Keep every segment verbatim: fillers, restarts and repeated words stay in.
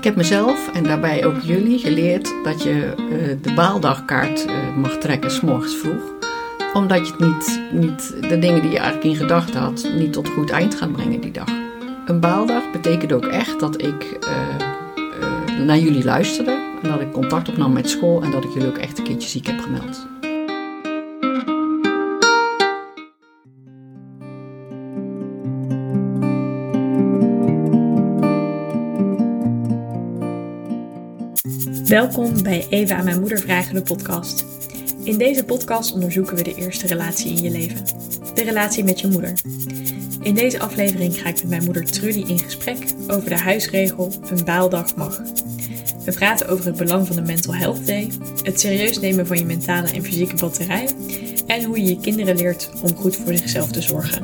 heb mezelf en daarbij ook jullie geleerd dat je uh, de baaldagkaart uh, mag trekken 's morgens vroeg. Omdat je het niet, niet, de dingen die je eigenlijk in gedachten had, niet tot een goed eind gaat brengen die dag. Een baaldag betekent ook echt dat ik uh, uh, naar jullie luisterde. En dat ik contact opnam met school en dat ik jullie ook echt een keertje ziek heb gemeld. Welkom bij Even aan mijn moeder vragen, de podcast. In deze podcast onderzoeken we de eerste relatie in je leven. De relatie met je moeder. In deze aflevering ga ik met mijn moeder Trudy in gesprek over de huisregel een baaldag mag. We praten over het belang van de Mental Health Day, het serieus nemen van je mentale en fysieke batterij en hoe je je kinderen leert om goed voor zichzelf te zorgen.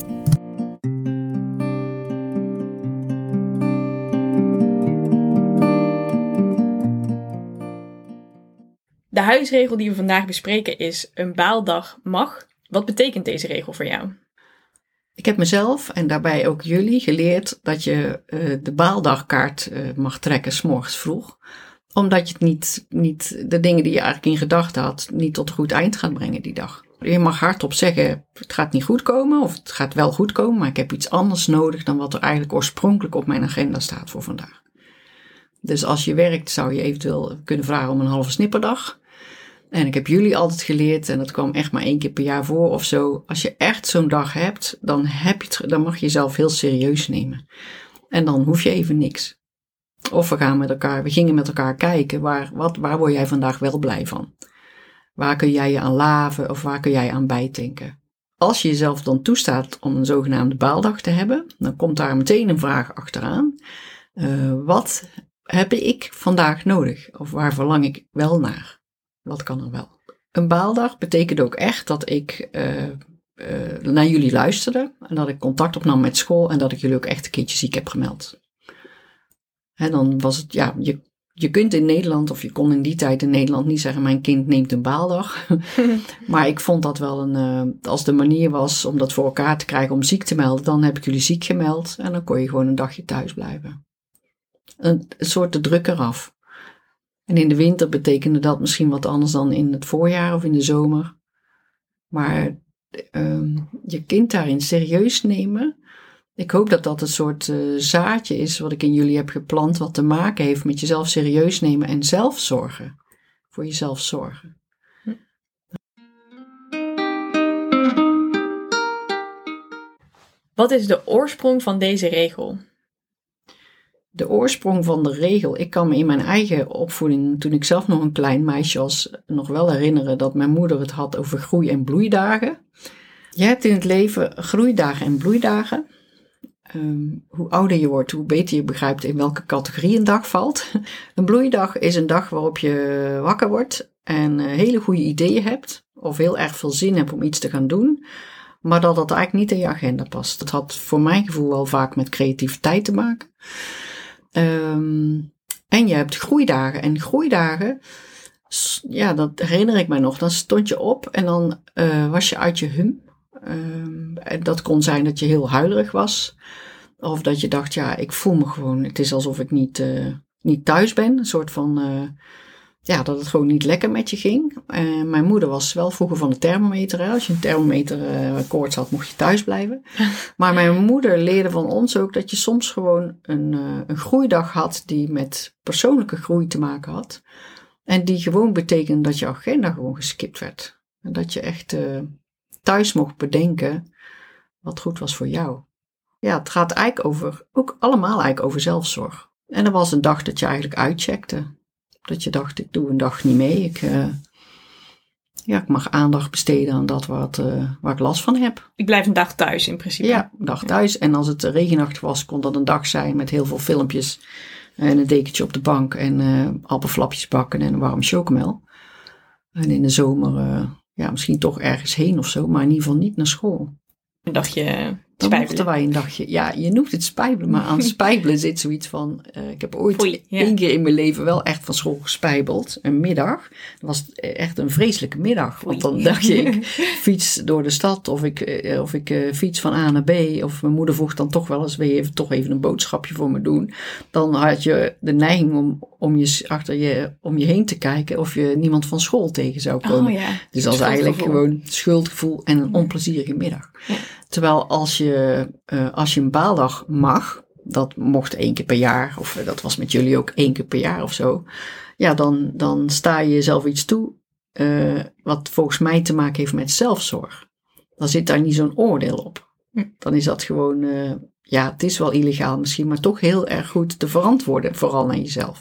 De huisregel die we vandaag bespreken is een baaldag mag. Wat betekent deze regel voor jou? Ik heb mezelf en daarbij ook jullie geleerd dat je uh, de baaldagkaart uh, mag trekken 's morgens vroeg. Omdat je het niet, niet, de dingen die je eigenlijk in gedachten had, niet tot een goed eind gaat brengen die dag. Je mag hardop zeggen, het gaat niet goed komen of het gaat wel goed komen, maar ik heb iets anders nodig dan wat er eigenlijk oorspronkelijk op mijn agenda staat voor vandaag. Dus als je werkt zou je eventueel kunnen vragen om een halve snipperdag. En ik heb jullie altijd geleerd, en dat kwam echt maar één keer per jaar voor of zo. Als je echt zo'n dag hebt, dan, heb je het, dan mag je jezelf heel serieus nemen. En dan hoef je even niks. Of we gaan met elkaar, we gingen met elkaar kijken, waar, wat, waar word jij vandaag wel blij van? Waar kun jij je aan laven of waar kun jij aan bijdenken? Als je jezelf dan toestaat om een zogenaamde baaldag te hebben, dan komt daar meteen een vraag achteraan. Uh, wat heb ik vandaag nodig? Of waar verlang ik wel naar? Wat kan er wel? Een baaldag betekent ook echt dat ik uh, uh, naar jullie luisterde. En dat ik contact opnam met school. En dat ik jullie ook echt een keertje ziek heb gemeld. En dan was het, ja, je, je kunt in Nederland, of je kon in die tijd in Nederland niet zeggen, mijn kind neemt een baaldag. Maar ik vond dat wel een, uh, als de manier was om dat voor elkaar te krijgen om ziek te melden, dan heb ik jullie ziek gemeld. En dan kon je gewoon een dagje thuis blijven. Een, een soort de druk eraf. En in de winter betekende dat misschien wat anders dan in het voorjaar of in de zomer. Maar um, je kind daarin serieus nemen. Ik hoop dat dat een soort uh, zaadje is wat ik in jullie heb geplant. Wat te maken heeft met jezelf serieus nemen en zelf zorgen. Voor jezelf zorgen. Wat is de oorsprong van deze regel? De oorsprong van de regel, ik kan me in mijn eigen opvoeding, toen ik zelf nog een klein meisje was, nog wel herinneren dat mijn moeder het had over groei- en bloeidagen. Je hebt in het leven groeidagen en bloeidagen. Um, hoe ouder je wordt, hoe beter je begrijpt in welke categorie een dag valt. Een bloeidag is een dag waarop je wakker wordt en uh, hele goede ideeën hebt, of heel erg veel zin hebt om iets te gaan doen, maar dat dat eigenlijk niet in je agenda past. Dat had voor mijn gevoel wel vaak met creativiteit te maken. Um, en je hebt groeidagen. En groeidagen, ja, dat herinner ik mij nog. Dan stond je op en dan uh, was je uit je hum. Um, en dat kon zijn dat je heel huilerig was. Of dat je dacht, ja, ik voel me gewoon, het is alsof ik niet, uh, niet thuis ben. Een soort van, uh, ja, dat het gewoon niet lekker met je ging. Uh, mijn moeder was wel vroeger van de thermometer. Hè. Als je een thermometer uh, koorts had, mocht je thuis blijven. Maar mijn moeder leerde van ons ook dat je soms gewoon een, uh, een groeidag had die met persoonlijke groei te maken had. En die gewoon betekende dat je agenda gewoon geskipt werd. En dat je echt uh, thuis mocht bedenken wat goed was voor jou. Ja, het gaat eigenlijk over, ook allemaal eigenlijk over zelfzorg. En er was een dag dat je eigenlijk uitcheckte. Dat je dacht, ik doe een dag niet mee. Ik, uh, ja, ik mag aandacht besteden aan dat wat, uh, waar ik last van heb. Ik blijf een dag thuis in principe. Ja, een dag thuis. En als het regenachtig was, kon dat een dag zijn met heel veel filmpjes. En een dekentje op de bank. En uh, appelflapjes bakken en een warm chocomel. En in de zomer, uh, ja, misschien toch ergens heen of zo. Maar in ieder geval niet naar school. Een dagje Dan Spijbelen. mochten wij een dagje... Ja, je noemt het spijbelen, maar aan spijbelen zit zoiets van... Uh, ik heb ooit Foei, ja. één keer in mijn leven wel echt van school gespijbeld. Een middag. Dat was echt een vreselijke middag. Foei. Want dan dacht je, ik fiets door de stad of ik, uh, of ik uh, fiets van A naar B. Of mijn moeder vroeg dan toch wel eens, wil je even, toch even een boodschapje voor me doen? Dan had je de neiging om, om, je, achter je, om je heen te kijken of je niemand van school tegen zou komen. Oh, ja. Dus dat is eigenlijk gewoon schuldgevoel en een ja. onplezierige middag. Ja. Terwijl als je, uh, als je een baaldag mag, dat mocht één keer per jaar, of uh, dat was met jullie ook één keer per jaar of zo. Ja, dan, dan sta je jezelf iets toe, uh, wat volgens mij te maken heeft met zelfzorg. Dan zit daar niet zo'n oordeel op. Hm. Dan is dat gewoon, uh, ja, het is wel illegaal misschien, maar toch heel erg goed te verantwoorden, vooral naar jezelf.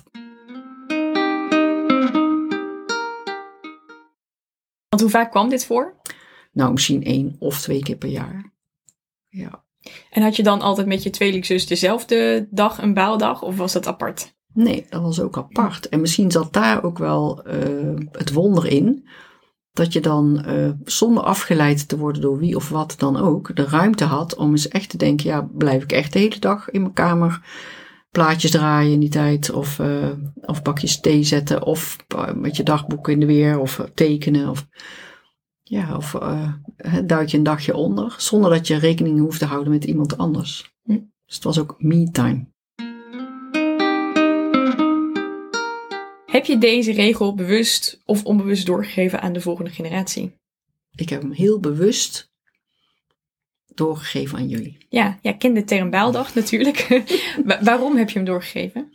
Want hoe vaak kwam dit voor? Nou, misschien één of twee keer per jaar. Ja. En had je dan altijd met je tweelingzus dezelfde dag een baaldag of was dat apart? Nee, dat was ook apart. En misschien zat daar ook wel uh, het wonder in. Dat je dan, uh, zonder afgeleid te worden door wie of wat dan ook, de ruimte had om eens echt te denken, ja, blijf ik echt de hele dag in mijn kamer plaatjes draaien in die tijd, of, uh, of bakjes thee zetten, of uh, met je dagboek in de weer, of uh, tekenen, of ja, of uh, duik je een dagje onder, zonder dat je rekening hoeft te houden met iemand anders. Hm. Dus het was ook me-time. Heb je deze regel bewust of onbewust doorgegeven aan de volgende generatie? Ik heb hem heel bewust doorgegeven aan jullie. Ja, ja, ken de term baaldag natuurlijk. Waarom heb je hem doorgegeven?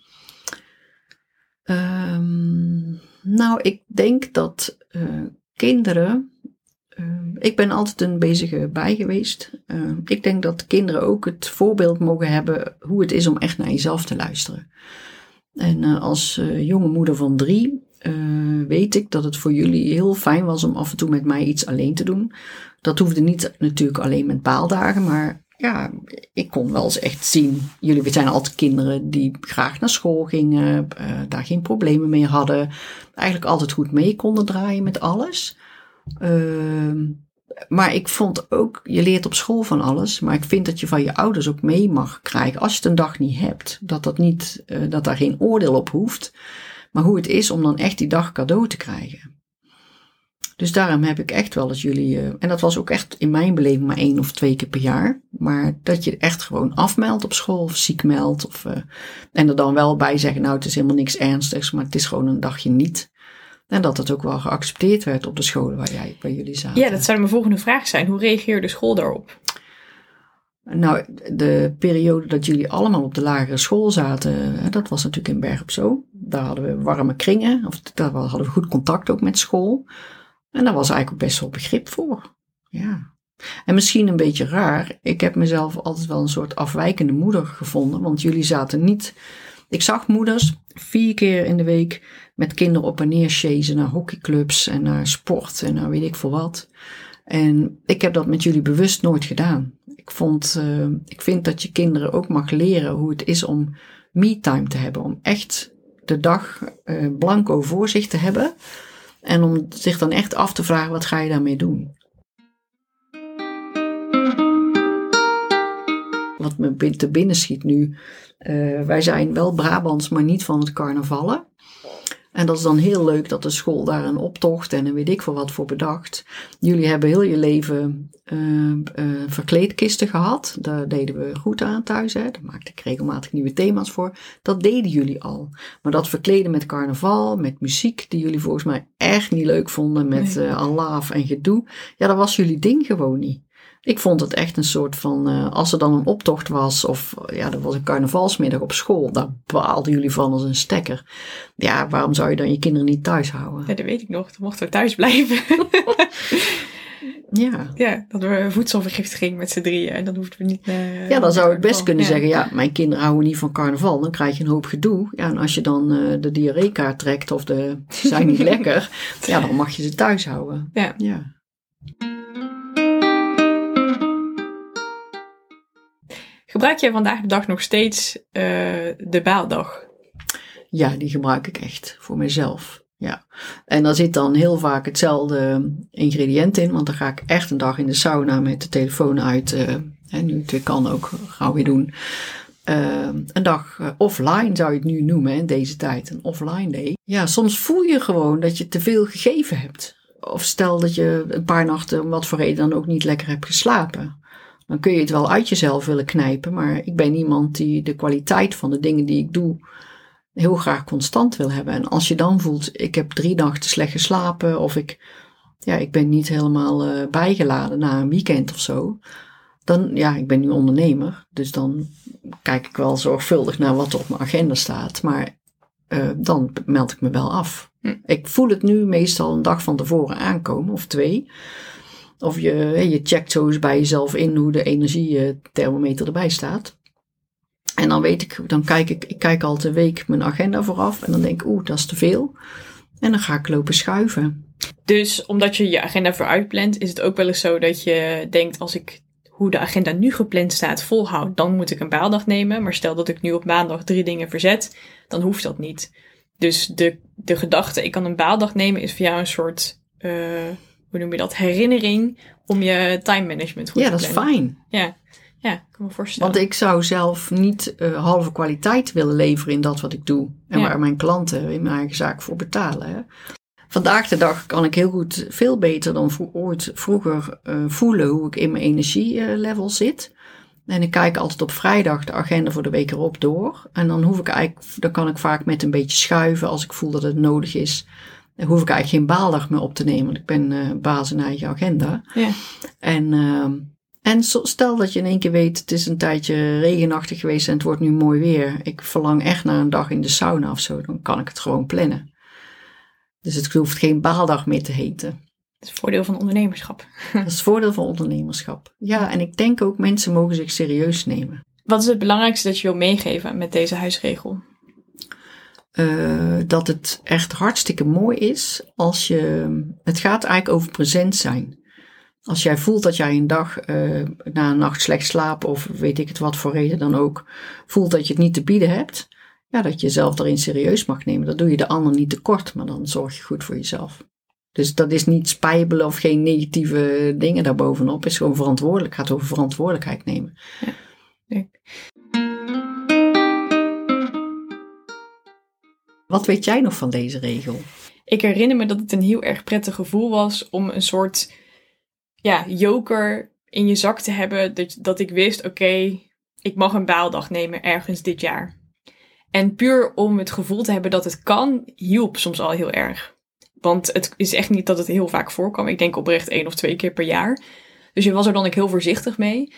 Um, nou, ik denk dat uh, kinderen... Uh, ik ben altijd een bezige bij geweest. Uh, ik denk dat kinderen ook het voorbeeld mogen hebben hoe het is om echt naar jezelf te luisteren. En uh, als uh, jonge moeder van drie uh, weet ik dat het voor jullie heel fijn was om af en toe met mij iets alleen te doen. Dat hoefde niet natuurlijk alleen met baaldagen, maar ja, ik kon wel eens echt zien. Jullie zijn altijd kinderen die graag naar school gingen, uh, daar geen problemen mee hadden. Eigenlijk altijd goed mee konden draaien met alles. Uh, maar ik vond ook, je leert op school van alles, maar ik vind dat je van je ouders ook mee mag krijgen, als je het een dag niet hebt, dat, dat, niet, uh, dat daar geen oordeel op hoeft, maar hoe het is om dan echt die dag cadeau te krijgen. Dus daarom heb ik echt wel eens jullie, uh, en dat was ook echt in mijn beleving maar één of twee keer per jaar, maar dat je echt gewoon afmeldt op school of ziek meldt, of, uh, en er dan wel bij zeggen, nou het is helemaal niks ernstigs, maar het is gewoon een dagje niet. En dat het ook wel geaccepteerd werd op de scholen waar, jij, waar jullie zaten. Ja, dat zou mijn volgende vraag zijn. Hoe reageerde de school daarop? Nou, de periode dat jullie allemaal op de lagere school zaten, dat was natuurlijk in Berg op Zoom. Daar hadden we warme kringen, of daar hadden we goed contact ook met school. En daar was eigenlijk ook best wel begrip voor. Ja. En misschien een beetje raar, ik heb mezelf altijd wel een soort afwijkende moeder gevonden, want jullie zaten niet... Ik zag moeders vier keer in de week met kinderen op en neer chasen naar hockeyclubs en naar sport en naar weet ik veel wat. En ik heb dat met jullie bewust nooit gedaan. Ik vond, uh, ik vind dat je kinderen ook mag leren hoe het is om me-time te hebben. Om echt de dag uh, blanco voor zich te hebben. En om zich dan echt af te vragen, wat ga je daarmee doen? Wat me te binnen schiet nu. Uh, wij zijn wel Brabants, maar niet van het carnavallen. En dat is dan heel leuk dat de school daar een optocht en een weet ik veel wat voor bedacht. Jullie hebben heel je leven uh, uh, verkleedkisten gehad. Daar deden we goed aan thuis. Hè. Daar maakte ik regelmatig nieuwe thema's voor. Dat deden jullie al. Maar dat verkleden met carnaval, met muziek, die jullie volgens mij echt niet leuk vonden. Met uh, alaaf en gedoe. Ja, dat was jullie ding gewoon niet. Ik vond het echt een soort van, uh, als er dan een optocht was, of ja, er was een carnavalsmiddag op school, daar baalden jullie van als een stekker. Ja, waarom zou je dan je kinderen niet thuis houden? Ja, dat weet ik nog. Dan mochten we thuis blijven. Ja. Ja, dat we voedselvergiftiging met z'n drieën en dan hoefden we niet... Uh, ja, dan zou ik best kunnen ja. zeggen, ja, mijn kinderen houden niet van carnaval, dan krijg je een hoop gedoe. Ja, en als je dan uh, de diarreekaart trekt of de ze zijn niet lekker, ja, dan mag je ze thuis houden. Ja. Ja. Gebruik jij vandaag de dag nog steeds uh, de baaldag? Ja, die gebruik ik echt voor mezelf. Ja. En daar zit dan heel vaak hetzelfde ingrediënt in, want dan ga ik echt een dag in de sauna met de telefoon uit uh, En nu het weer kan ook, gaan we weer doen. Uh, een dag uh, offline zou je het nu noemen in deze tijd. Een offline day. Ja, soms voel je gewoon dat je te veel gegeven hebt. Of stel dat je een paar nachten om wat voor reden dan ook niet lekker hebt geslapen. Dan kun je het wel uit jezelf willen knijpen. Maar ik ben iemand die de kwaliteit van de dingen die ik doe heel graag constant wil hebben. En als je dan voelt, ik heb drie nachten slecht geslapen. Of ik, ja, ik ben niet helemaal uh, bijgeladen na een weekend of zo. Dan, ja, ik ben nu ondernemer. Dus dan kijk ik wel zorgvuldig naar wat er op mijn agenda staat. Maar uh, dan meld ik me wel af. Hm. Ik voel het nu meestal een dag van tevoren aankomen. Of twee. Of je, je checkt zo eens bij jezelf in hoe de energiethermometer erbij staat. En dan weet ik, dan kijk ik, ik kijk altijd een week mijn agenda vooraf. En dan denk ik, oeh, dat is te veel. En dan ga ik lopen schuiven. Dus omdat je je agenda vooruit plant, is het ook wel eens zo dat je denkt, als ik hoe de agenda nu gepland staat volhoud, dan moet ik een baaldag nemen. Maar stel dat ik nu op maandag drie dingen verzet, dan hoeft dat niet. Dus de, de gedachte, ik kan een baaldag nemen, is voor jou een soort, uh, hoe noem je dat, herinnering om je time management goed ja, te plannen. Ja, dat is fijn. Ja. Ja, ik kan me voorstellen. Want ik zou zelf niet uh, halve kwaliteit willen leveren in dat wat ik doe. En ja. waar mijn klanten in mijn eigen zaak voor betalen. Hè. Vandaag de dag kan ik heel goed, veel beter dan vro- ooit vroeger uh, voelen hoe ik in mijn energielevel uh, zit. En ik kijk altijd op vrijdag de agenda voor de week erop door. En dan hoef ik eigenlijk, dan kan ik vaak met een beetje schuiven als ik voel dat het nodig is. Dan hoef ik eigenlijk geen baaldag meer op te nemen, want ik ben uh, baas in eigen agenda. Ja. En... Uh, En stel dat je in één keer weet, het is een tijdje regenachtig geweest en het wordt nu mooi weer. Ik verlang echt naar een dag in de sauna of zo, dan kan ik het gewoon plannen. Dus het hoeft geen baaldag meer te heten. Dat is het voordeel van ondernemerschap. Dat is het voordeel van ondernemerschap. Ja, en ik denk ook mensen mogen zich serieus nemen. Wat is het belangrijkste dat je wil meegeven met deze huisregel? Uh, dat het echt hartstikke mooi is als je, het gaat eigenlijk over present zijn. Als jij voelt dat jij een dag uh, na een nacht slecht slapen of weet ik het wat voor reden dan ook, voelt dat je het niet te bieden hebt, ja, dat je jezelf daarin serieus mag nemen. Dat doe je de ander niet tekort, maar dan zorg je goed voor jezelf. Dus dat is niet spijbelen of geen negatieve dingen daarbovenop. Het is gewoon verantwoordelijk. Het gaat over verantwoordelijkheid nemen. Ja, leuk. Wat weet jij nog van deze regel? Ik herinner me dat het een heel erg prettig gevoel was om een soort ja, joker in je zak te hebben. Dat, dat ik wist, oké, okay, ik mag een baaldag nemen ergens dit jaar. En puur om het gevoel te hebben dat het kan, hielp soms al heel erg. Want het is echt niet dat het heel vaak voorkwam. Ik denk oprecht één of twee keer per jaar. Dus je was er dan ook heel voorzichtig mee.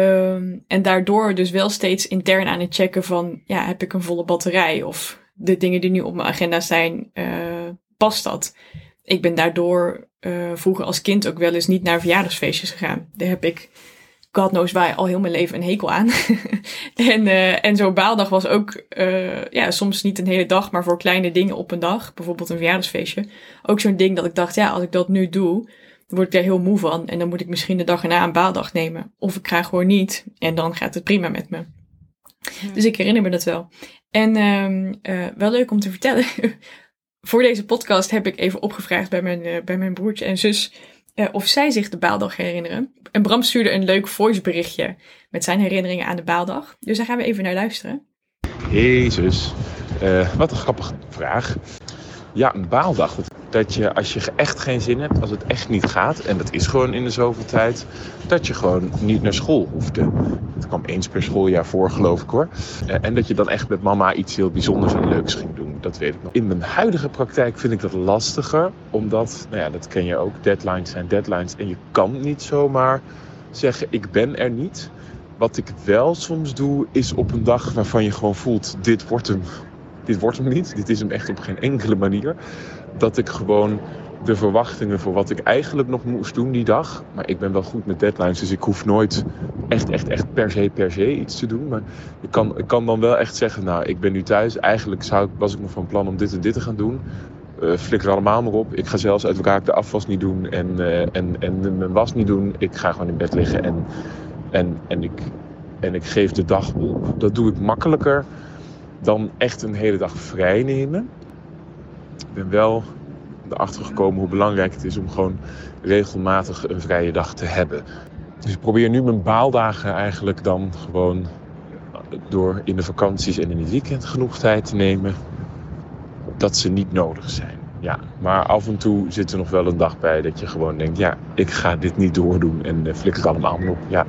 Um, en daardoor dus wel steeds intern aan het checken van, ja, heb ik een volle batterij? Of de dingen die nu op mijn agenda zijn, uh, past dat? Ik ben daardoor uh, vroeger als kind ook wel eens niet naar verjaardagsfeestjes gegaan. Daar heb ik, God knows why, al heel mijn leven een hekel aan. en, uh, en zo'n baaldag was ook, uh, ja, soms niet een hele dag, maar voor kleine dingen op een dag. Bijvoorbeeld een verjaardagsfeestje. Ook zo'n ding dat ik dacht, ja, als ik dat nu doe, dan word ik daar heel moe van. En dan moet ik misschien de dag erna een baaldag nemen. Of ik ga gewoon niet. En dan gaat het prima met me. Ja. Dus ik herinner me dat wel. En uh, uh, wel leuk om te vertellen. Voor deze podcast heb ik even opgevraagd bij mijn, uh, bij mijn broertje en zus uh, of zij zich de baaldag herinneren. En Bram stuurde een leuk voiceberichtje met zijn herinneringen aan de baaldag. Dus daar gaan we even naar luisteren. Hey zus, uh, wat een grappige vraag. Ja, een baaldag. Dat je als je echt geen zin hebt, als het echt niet gaat, en dat is gewoon in de zoveel tijd, dat je gewoon niet naar school hoefde. Het kwam eens per schooljaar voor, geloof ik hoor. Uh, en dat je dan echt met mama iets heel bijzonders en leuks ging doen. Dat weet ik nog. In mijn huidige praktijk vind ik dat lastiger, omdat, nou ja, dat ken je ook, deadlines zijn deadlines. En je kan niet zomaar zeggen, ik ben er niet. Wat ik wel soms doe, is op een dag waarvan je gewoon voelt, dit wordt hem. Dit wordt hem niet, dit is hem echt op geen enkele manier. Dat ik gewoon de verwachtingen voor wat ik eigenlijk nog moest doen die dag. Maar ik ben wel goed met deadlines, dus ik hoef nooit echt, echt, echt per se, per se iets te doen. Maar ik kan, ik kan dan wel echt zeggen, nou, ik ben nu thuis. Eigenlijk zou, was ik nog van plan om dit en dit te gaan doen. Uh, flikker allemaal maar op. Ik ga zelfs uit elkaar de afwas niet doen en, uh, en, en mijn was niet doen. Ik ga gewoon in bed liggen en, en, en, ik, en ik geef de dag op. Dat doe ik makkelijker dan echt een hele dag vrij nemen. Ik ben wel erachter gekomen hoe belangrijk het is om gewoon regelmatig een vrije dag te hebben. Dus ik probeer nu mijn baaldagen eigenlijk dan gewoon door in de vakanties en in het weekend genoeg tijd te nemen dat ze niet nodig zijn. Ja, maar af en toe zit er nog wel een dag bij dat je gewoon denkt, ja, ik ga dit niet doordoen en uh, flikker het allemaal op. Ja.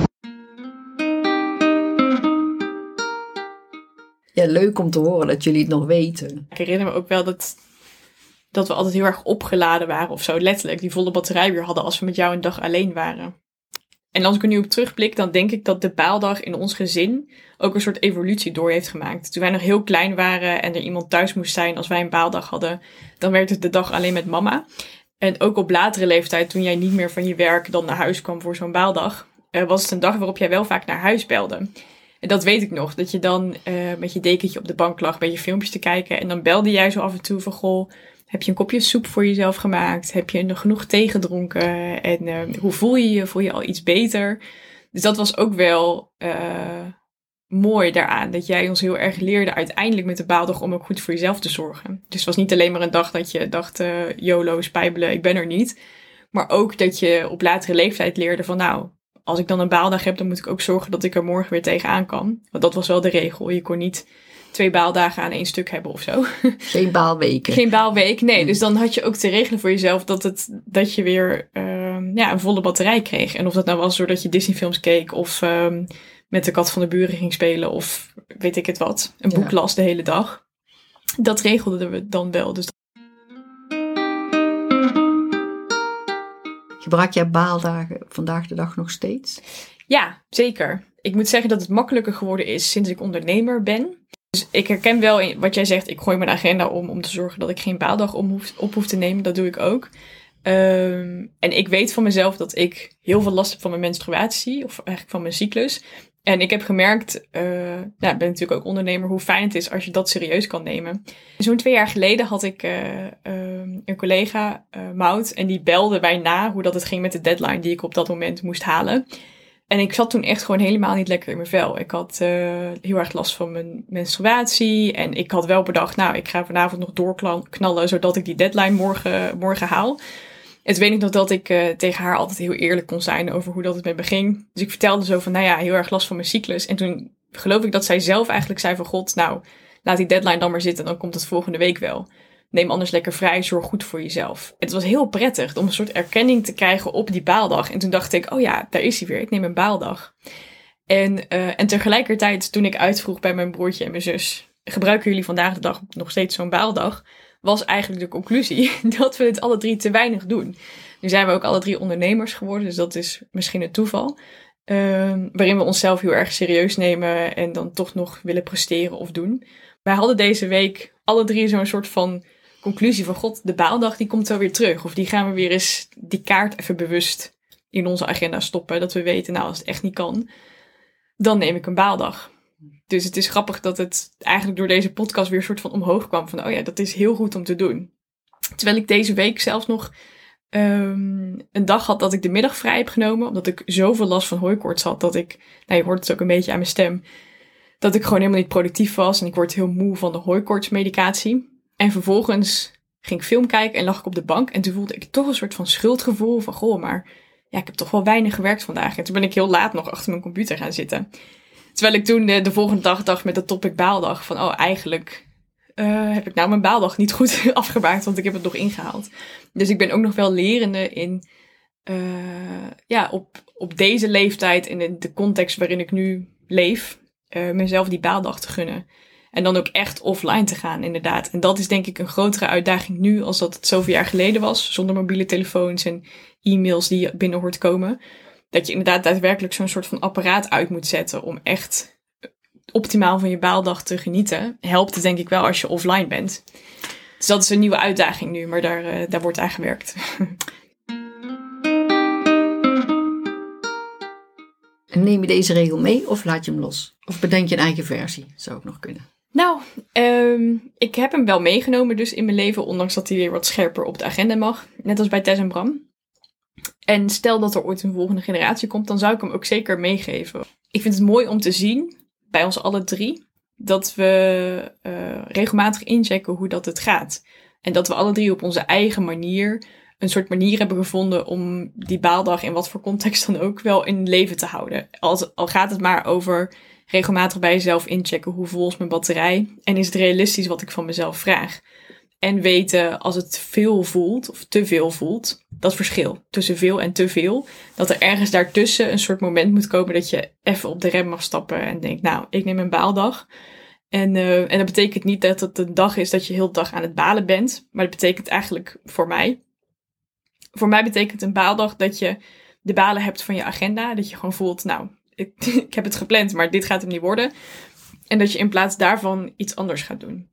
Ja, leuk om te horen dat jullie het nog weten. Ik herinner me ook wel dat, dat we altijd heel erg opgeladen waren of zo. Letterlijk, die volle batterij weer hadden als we met jou een dag alleen waren. En als ik er nu op terugblik, dan denk ik dat de baaldag in ons gezin ook een soort evolutie door heeft gemaakt. Toen wij nog heel klein waren en er iemand thuis moest zijn als wij een baaldag hadden, dan werd het de dag alleen met mama. En ook op latere leeftijd, toen jij niet meer van je werk dan naar huis kwam voor zo'n baaldag, uh, was het een dag waarop jij wel vaak naar huis belde. En dat weet ik nog, dat je dan uh, met je dekentje op de bank lag, bij je filmpjes te kijken. En dan belde jij zo af en toe van, goh, heb je een kopje soep voor jezelf gemaakt? Heb je nog genoeg thee gedronken? En uh, hoe voel je je? Voel je al iets beter? Dus dat was ook wel uh, mooi daaraan. Dat jij ons heel erg leerde uiteindelijk met de baaldag om ook goed voor jezelf te zorgen. Dus het was niet alleen maar een dag dat je dacht, uh, YOLO, spijbelen, ik ben er niet. Maar ook dat je op latere leeftijd leerde van, nou, als ik dan een baaldag heb, dan moet ik ook zorgen dat ik er morgen weer tegenaan kan. Want dat was wel de regel. Je kon niet twee baaldagen aan één stuk hebben of zo. Geen baalweken. Geen baalweek, nee. Dus dan had je ook te regelen voor jezelf dat, het, dat je weer uh, ja, een volle batterij kreeg. En of dat nou was doordat je Disney-films keek of um, met de kat van de buren ging spelen of weet ik het wat. Een boek las de hele dag. Dat regelden we dan wel. Dus gebruik jij baaldagen vandaag de dag nog steeds? Ja, zeker. Ik moet zeggen dat het makkelijker geworden is sinds ik ondernemer ben. Dus ik herken wel in wat jij zegt, ik gooi mijn agenda om om te zorgen dat ik geen baaldag om hoef, op hoef te nemen. Dat doe ik ook. Um, en ik weet van mezelf dat ik heel veel last heb van mijn menstruatie, of eigenlijk van mijn cyclus. En ik heb gemerkt, uh, nou, ik ben natuurlijk ook ondernemer, hoe fijn het is als je dat serieus kan nemen. Zo'n twee jaar geleden had ik uh, um, een collega, uh, Maud, en die belde mij na hoe dat het ging met de deadline die ik op dat moment moest halen. En ik zat toen echt gewoon helemaal niet lekker in mijn vel. Ik had uh, heel erg last van mijn menstruatie. En ik had wel bedacht, nou, ik ga vanavond nog doorknallen, zodat ik die deadline morgen, morgen haal. En toen weet ik nog dat ik uh, tegen haar altijd heel eerlijk kon zijn over hoe dat het met me ging. Dus ik vertelde zo van, nou ja, heel erg last van mijn cyclus. En toen geloof ik dat zij zelf eigenlijk zei van, God, nou, laat die deadline dan maar zitten. Dan komt het volgende week wel. Neem anders lekker vrij, zorg goed voor jezelf. Het was heel prettig om een soort erkenning te krijgen op die baaldag. En toen dacht ik, oh ja, daar is hij weer. Ik neem een baaldag. En, uh, en tegelijkertijd, toen ik uitvroeg bij mijn broertje en mijn zus, gebruiken jullie vandaag de dag nog steeds zo'n baaldag? Was eigenlijk de conclusie dat we het alle drie te weinig doen. Nu zijn we ook alle drie ondernemers geworden, dus dat is misschien een toeval. Uh, waarin we onszelf heel erg serieus nemen en dan toch nog willen presteren of doen. Wij hadden deze week alle drie zo'n soort van conclusie van, God, de baaldag die komt wel weer terug. Of die gaan we weer eens die kaart even bewust in onze agenda stoppen. Dat we weten, nou, als het echt niet kan, dan neem ik een baaldag. Dus het is grappig dat het eigenlijk door deze podcast weer een soort van omhoog kwam. Van, oh ja, dat is heel goed om te doen. Terwijl ik deze week zelfs nog um, een dag had dat ik de middag vrij heb genomen. Omdat ik zoveel last van hooikoorts had. Dat ik, nou, je hoort het ook een beetje aan mijn stem. Dat ik gewoon helemaal niet productief was. En ik word heel moe van de hooikoortsmedicatie. En vervolgens ging ik film kijken en lag ik op de bank. En toen voelde ik toch een soort van schuldgevoel. Van, goh, maar ja, ik heb toch wel weinig gewerkt vandaag. En toen ben ik heel laat nog achter mijn computer gaan zitten. Terwijl ik toen de, de volgende dag dacht met de topic baaldag. Van, oh, eigenlijk uh, heb ik nou mijn baaldag niet goed afgemaakt. Want ik heb het nog ingehaald. Dus ik ben ook nog wel lerende in, uh, ja, op, op deze leeftijd. En in de context waarin ik nu leef. Uh, mezelf die baaldag te gunnen. En dan ook echt offline te gaan, inderdaad. En dat is denk ik een grotere uitdaging nu als dat het zoveel jaar geleden was. Zonder mobiele telefoons en e-mails die je binnen hoort komen. Dat je inderdaad daadwerkelijk zo'n soort van apparaat uit moet zetten om echt optimaal van je baaldag te genieten. Helpt het denk ik wel als je offline bent. Dus dat is een nieuwe uitdaging nu, maar daar, uh, daar wordt aan gewerkt. En neem je deze regel mee of laat je hem los? Of bedenk je een eigen versie? Zou ook nog kunnen. Nou, um, ik heb hem wel meegenomen dus in mijn leven. Ondanks dat hij weer wat scherper op de agenda mag. Net als bij Tess en Bram. En stel dat er ooit een volgende generatie komt, dan zou ik hem ook zeker meegeven. Ik vind het mooi om te zien, bij ons alle drie, dat we uh, regelmatig inchecken hoe dat het gaat. En dat we alle drie op onze eigen manier een soort manier hebben gevonden om die baaldag in wat voor context dan ook wel in leven te houden. Als, al gaat het maar over regelmatig bij jezelf inchecken hoe vol is mijn batterij en is het realistisch wat ik van mezelf vraag. En weten als het veel voelt of te veel voelt, dat verschil tussen veel en te veel. Dat er ergens daartussen een soort moment moet komen dat je even op de rem mag stappen en denkt, nou, ik neem een baaldag. En, uh, en dat betekent niet dat het een dag is dat je heel de dag aan het balen bent. Maar dat betekent eigenlijk voor mij. Voor mij betekent een baaldag dat je de balen hebt van je agenda. Dat je gewoon voelt, nou, ik, ik heb het gepland, maar dit gaat hem niet worden. En dat je in plaats daarvan iets anders gaat doen.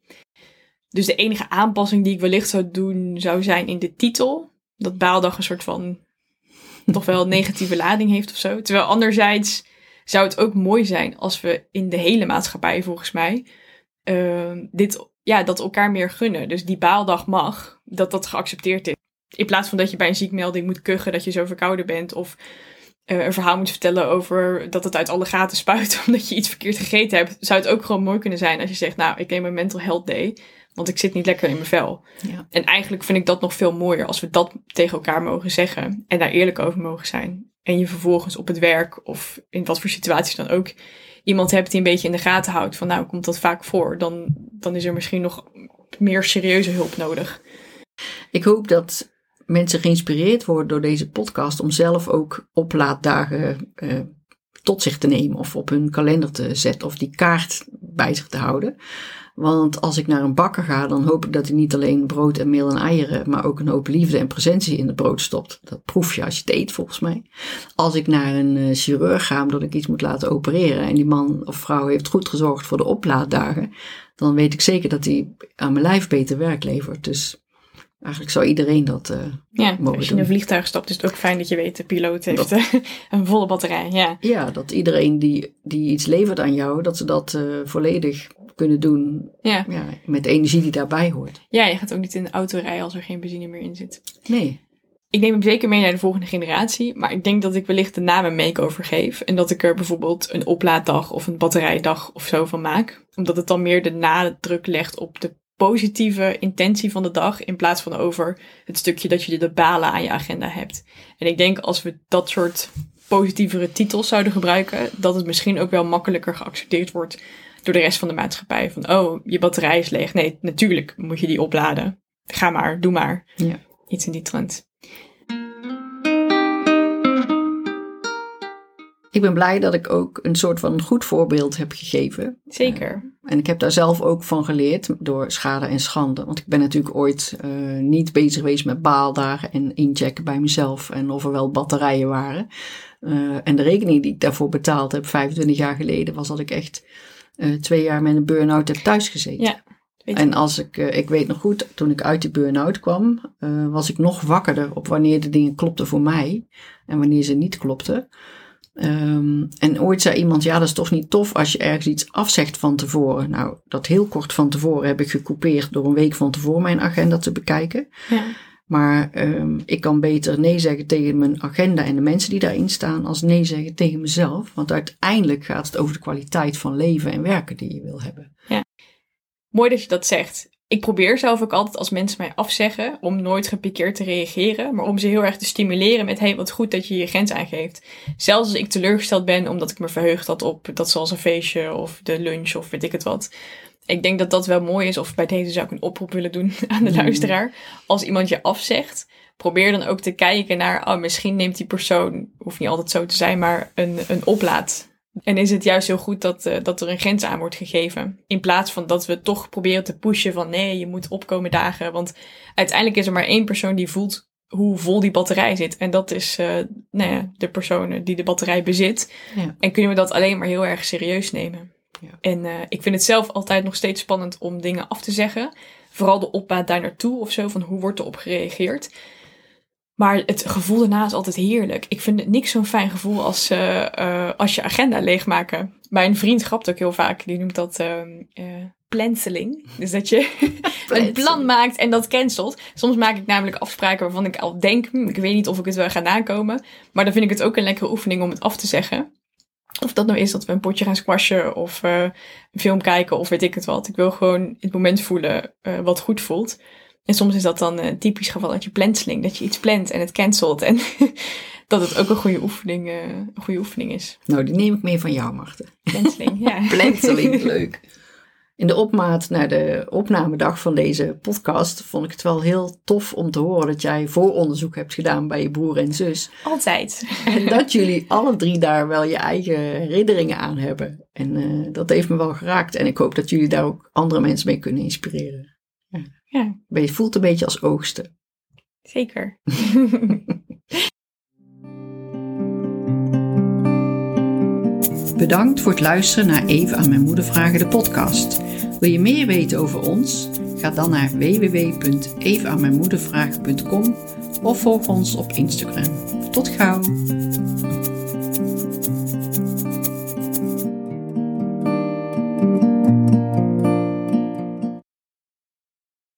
Dus de enige aanpassing die ik wellicht zou doen, zou zijn in de titel. Dat baaldag een soort van toch wel negatieve lading heeft of zo. Terwijl anderzijds zou het ook mooi zijn als we in de hele maatschappij, volgens mij, uh, dit, ja, dat elkaar meer gunnen. Dus die baaldag mag, dat dat geaccepteerd is. In plaats van dat je bij een ziekmelding moet kuchen dat je zo verkouden bent. Of uh, een verhaal moet vertellen over dat het uit alle gaten spuit omdat je iets verkeerd gegeten hebt. Zou het ook gewoon mooi kunnen zijn als je zegt, nou, ik neem een mental health day. Want ik zit niet lekker in mijn vel. Ja. En eigenlijk vind ik dat nog veel mooier als we dat tegen elkaar mogen zeggen. En daar eerlijk over mogen zijn. En je vervolgens op het werk of in wat voor situaties dan ook iemand hebt die een beetje in de gaten houdt. Van nou, komt dat vaak voor. Dan, dan is er misschien nog meer serieuze hulp nodig. Ik hoop dat mensen geïnspireerd worden door deze podcast om zelf ook oplaaddagen uh, tot zich te nemen. Of op hun kalender te zetten. Of die kaart bij zich te houden. Want als ik naar een bakker ga, dan hoop ik dat hij niet alleen brood en meel en eieren, maar ook een hoop liefde en presentie in het brood stopt. Dat proef je als je het eet, volgens mij. Als ik naar een uh, chirurg ga, omdat ik iets moet laten opereren en die man of vrouw heeft goed gezorgd voor de oplaaddagen, dan weet ik zeker dat hij aan mijn lijf beter werk levert. Dus eigenlijk zou iedereen dat uh, ja, mogen doen. Als je in een vliegtuig stapt, is het ook fijn dat je weet, de piloot heeft dat, een volle batterij. Ja, ja dat iedereen die, die iets levert aan jou, dat ze dat uh, volledig kunnen doen ja. Ja, met de energie die daarbij hoort. Ja, je gaat ook niet in de auto rijden als er geen benzine meer in zit. Nee. Ik neem hem zeker mee naar de volgende generatie, maar ik denk dat ik wellicht de naam een make-over geef. En dat ik er bijvoorbeeld een oplaaddag of een batterijdag of zo van maak. Omdat het dan meer de nadruk legt op de positieve intentie van de dag, in plaats van over het stukje dat je de balen aan je agenda hebt. En ik denk als we dat soort positievere titels zouden gebruiken, dat het misschien ook wel makkelijker geaccepteerd wordt door de rest van de maatschappij. Van, oh, je batterij is leeg. Nee, natuurlijk moet je die opladen. Ga maar, doe maar. Ja. Iets in die trend. Ik ben blij dat ik ook een soort van goed voorbeeld heb gegeven. Zeker. Uh, en ik heb daar zelf ook van geleerd door schade en schande. Want ik ben natuurlijk ooit uh, niet bezig geweest met baaldagen en inchecken bij mezelf. En of er wel batterijen waren. Uh, en de rekening die ik daarvoor betaald heb vijfentwintig jaar geleden was dat ik echt uh, twee jaar met een burn-out heb thuisgezeten. Ja. En als ik, uh, ik weet nog goed, toen ik uit die burn-out kwam, uh, was ik nog wakkerder op wanneer de dingen klopten voor mij. En wanneer ze niet klopten. Um, en ooit zei iemand, ja, dat is toch niet tof als je ergens iets afzegt van tevoren. Nou, dat heel kort van tevoren heb ik gecoupeerd door een week van tevoren mijn agenda te bekijken. Ja. Maar um, ik kan beter nee zeggen tegen mijn agenda en de mensen die daarin staan, als nee zeggen tegen mezelf. Want uiteindelijk gaat het over de kwaliteit van leven en werken die je wil hebben. Ja. Mooi dat je dat zegt. Ik probeer zelf ook altijd als mensen mij afzeggen om nooit gepikeerd te reageren, maar om ze heel erg te stimuleren met, hey, wat goed dat je je grens aangeeft. Zelfs als ik teleurgesteld ben omdat ik me verheugd had op dat zoals een feestje of de lunch of weet ik het wat. Ik denk dat dat wel mooi is, of bij deze zou ik een oproep willen doen aan de luisteraar. Als iemand je afzegt, probeer dan ook te kijken naar, oh, misschien neemt die persoon, hoeft niet altijd zo te zijn, maar een, een oplaad. En is het juist heel goed dat, uh, dat er een grens aan wordt gegeven. In plaats van dat we toch proberen te pushen van nee, je moet opkomen dagen. Want uiteindelijk is er maar één persoon die voelt hoe vol die batterij zit. En dat is uh, nou ja, de persoon die de batterij bezit. Ja. En kunnen we dat alleen maar heel erg serieus nemen. Ja. En uh, ik vind het zelf altijd nog steeds spannend om dingen af te zeggen. Vooral de opmaat daar naartoe of zo, van hoe wordt erop gereageerd. Maar het gevoel daarna is altijd heerlijk. Ik vind het niks zo'n fijn gevoel als, uh, uh, als je agenda leegmaken. Mijn vriend grapt ook heel vaak. Die noemt dat uh, uh, planseling. Dus dat je een plan maakt en dat cancelt. Soms maak ik namelijk afspraken waarvan ik al denk, hm, ik weet niet of ik het wel ga nakomen. Maar dan vind ik het ook een lekkere oefening om het af te zeggen. Of dat nou is dat we een potje gaan squashen of uh, een film kijken of weet ik het wat. Ik wil gewoon het moment voelen uh, wat goed voelt. En soms is dat dan een typisch geval dat je plantsling, dat je iets plant en het cancelt. En dat het ook een goede oefening, uh, een goede oefening is. Nou, die neem ik mee van jou, Marten. Plantsling, ja. Plantsling, leuk. In de opmaat naar de opnamedag van deze podcast vond ik het wel heel tof om te horen dat jij vooronderzoek hebt gedaan bij je broer en zus. Altijd. En dat jullie alle drie daar wel je eigen herinneringen aan hebben. En uh, dat heeft me wel geraakt. En ik hoop dat jullie daar ook andere mensen mee kunnen inspireren. Ja. Ja. Je voelt het een beetje als oogsten. Zeker. Bedankt voor het luisteren naar Even aan mijn moeder vragen, de podcast. Wil je meer weten over ons? Ga dan naar w w w punt even aan mijn moeder vragen punt com of volg ons op Instagram. Tot gauw!